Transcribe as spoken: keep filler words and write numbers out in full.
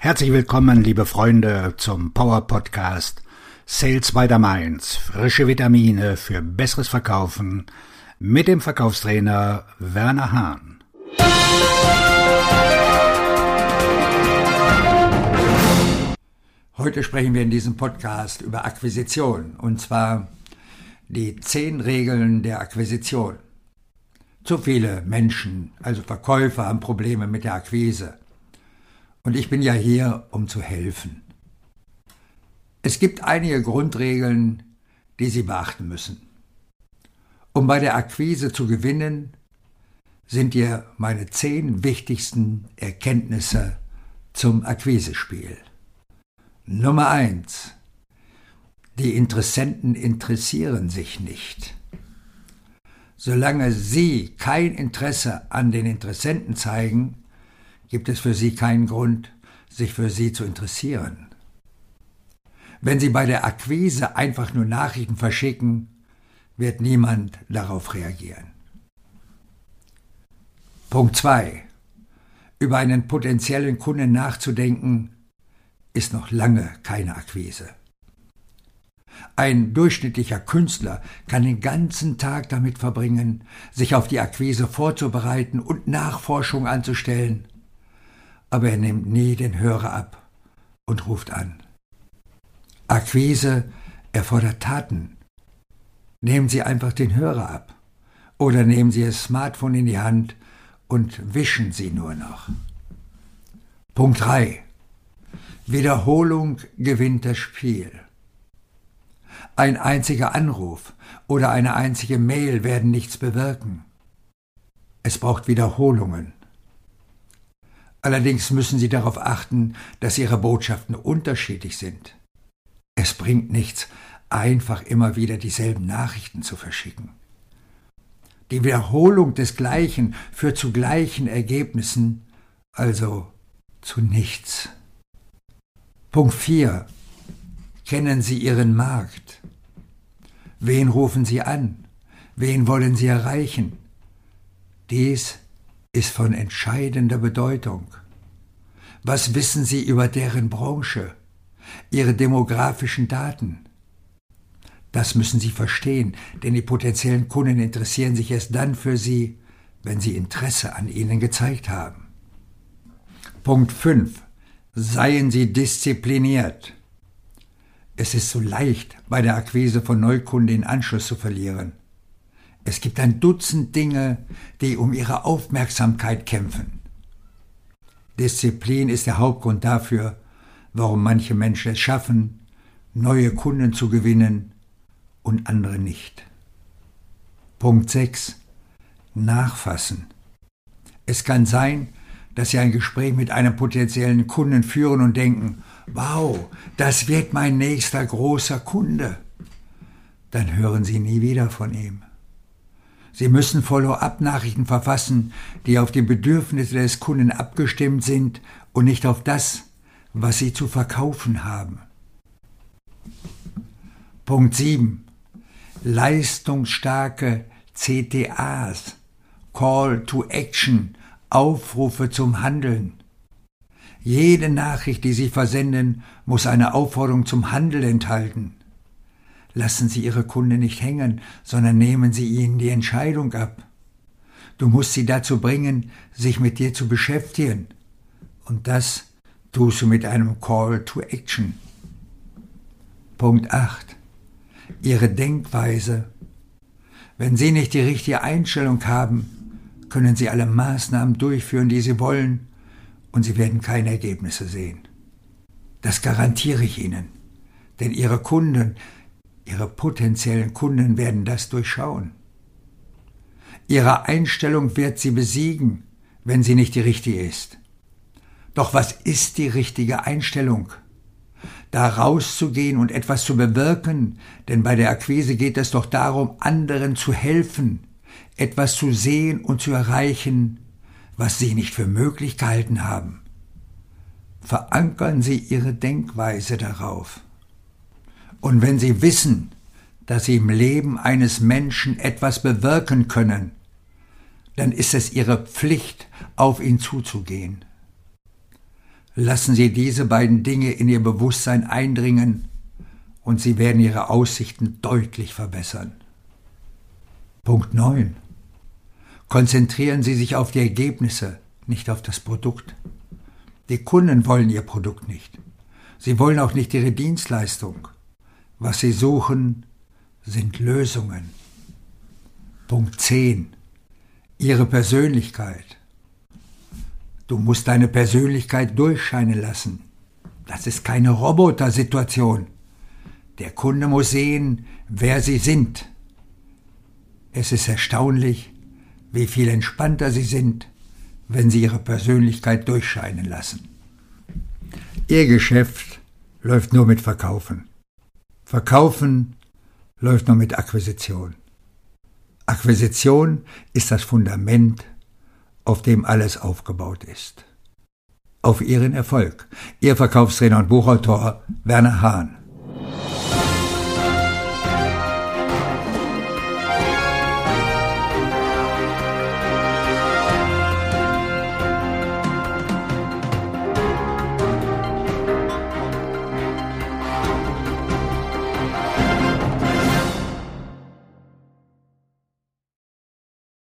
Herzlich willkommen, liebe Freunde, zum Power-Podcast Sales by the Mainz. Frische Vitamine für besseres Verkaufen mit dem Verkaufstrainer Werner Hahn. Heute sprechen wir in diesem Podcast über Akquisition, und zwar die zehn Regeln der Akquisition. Zu viele Menschen, also Verkäufer, haben Probleme mit der Akquise. Und ich bin ja hier, um zu helfen. Es gibt einige Grundregeln, die Sie beachten müssen. Um bei der Akquise zu gewinnen, sind dir meine zehn wichtigsten Erkenntnisse zum Akquisespiel. Nummer eins. Die Interessenten interessieren sich nicht. Solange Sie kein Interesse an den Interessenten zeigen, gibt es für Sie keinen Grund, sich für Sie zu interessieren. Wenn Sie bei der Akquise einfach nur Nachrichten verschicken, wird niemand darauf reagieren. Punkt zwei. Über einen potenziellen Kunden nachzudenken, ist noch lange keine Akquise. Ein durchschnittlicher Künstler kann den ganzen Tag damit verbringen, sich auf die Akquise vorzubereiten und Nachforschung anzustellen, aber er nimmt nie den Hörer ab und ruft an. Akquise erfordert Taten. Nehmen Sie einfach den Hörer ab oder nehmen Sie Ihr Smartphone in die Hand und wischen Sie nur noch. Punkt drei. Wiederholung gewinnt das Spiel. Ein einziger Anruf oder eine einzige Mail werden nichts bewirken. Es braucht Wiederholungen. Allerdings müssen Sie darauf achten, dass Ihre Botschaften unterschiedlich sind. Es bringt nichts, einfach immer wieder dieselben Nachrichten zu verschicken. Die Wiederholung des Gleichen führt zu gleichen Ergebnissen, also zu nichts. Punkt vier. Kennen Sie Ihren Markt. Wen rufen Sie an? Wen wollen Sie erreichen? Dies ist von entscheidender Bedeutung. Was wissen Sie über deren Branche, Ihre demografischen Daten? Das müssen Sie verstehen, denn die potenziellen Kunden interessieren sich erst dann für Sie, wenn Sie Interesse an Ihnen gezeigt haben. Punkt fünf. Seien Sie diszipliniert. Es ist so leicht, bei der Akquise von Neukunden den Anschluss zu verlieren. Es gibt ein Dutzend Dinge, die um ihre Aufmerksamkeit kämpfen. Disziplin ist der Hauptgrund dafür, warum manche Menschen es schaffen, neue Kunden zu gewinnen und andere nicht. Punkt sechs. Nachfassen. Es kann sein, dass Sie ein Gespräch mit einem potenziellen Kunden führen und denken, wow, das wird mein nächster großer Kunde. Dann hören Sie nie wieder von ihm. Sie müssen Follow-up-Nachrichten verfassen, die auf die Bedürfnisse des Kunden abgestimmt sind und nicht auf das, was Sie zu verkaufen haben. Punkt sieben. Leistungsstarke C T As, Call to Action, Aufrufe zum Handeln. Jede Nachricht, die Sie versenden, muss eine Aufforderung zum Handeln enthalten. Lassen Sie Ihre Kunden nicht hängen, sondern nehmen Sie ihnen die Entscheidung ab. Du musst sie dazu bringen, sich mit dir zu beschäftigen. Und das tust du mit einem Call to Action. Punkt acht. Ihre Denkweise. Wenn Sie nicht die richtige Einstellung haben, können Sie alle Maßnahmen durchführen, die Sie wollen, und Sie werden keine Ergebnisse sehen. Das garantiere ich Ihnen, denn Ihre Kunden, Ihre potenziellen Kunden werden das durchschauen. Ihre Einstellung wird Sie besiegen, wenn sie nicht die richtige ist. Doch was ist die richtige Einstellung? Da rauszugehen und etwas zu bewirken, denn bei der Akquise geht es doch darum, anderen zu helfen, etwas zu sehen und zu erreichen, was Sie nicht für möglich gehalten haben. Verankern Sie Ihre Denkweise darauf. Und wenn Sie wissen, dass Sie im Leben eines Menschen etwas bewirken können, dann ist es Ihre Pflicht, auf ihn zuzugehen. Lassen Sie diese beiden Dinge in Ihr Bewusstsein eindringen und Sie werden Ihre Aussichten deutlich verbessern. Punkt neun. Konzentrieren Sie sich auf die Ergebnisse, nicht auf das Produkt. Die Kunden wollen Ihr Produkt nicht. Sie wollen auch nicht Ihre Dienstleistung. Was sie suchen, sind Lösungen. Punkt zehn. Ihre Persönlichkeit. Du musst deine Persönlichkeit durchscheinen lassen. Das ist keine Robotersituation. Der Kunde muss sehen, wer sie sind. Es ist erstaunlich, wie viel entspannter sie sind, wenn sie ihre Persönlichkeit durchscheinen lassen. Ihr Geschäft läuft nur mit Verkaufen. Verkaufen läuft nur mit Akquisition. Akquisition ist das Fundament, auf dem alles aufgebaut ist. Auf Ihren Erfolg. Ihr Verkaufstrainer und Buchautor Werner Hahn.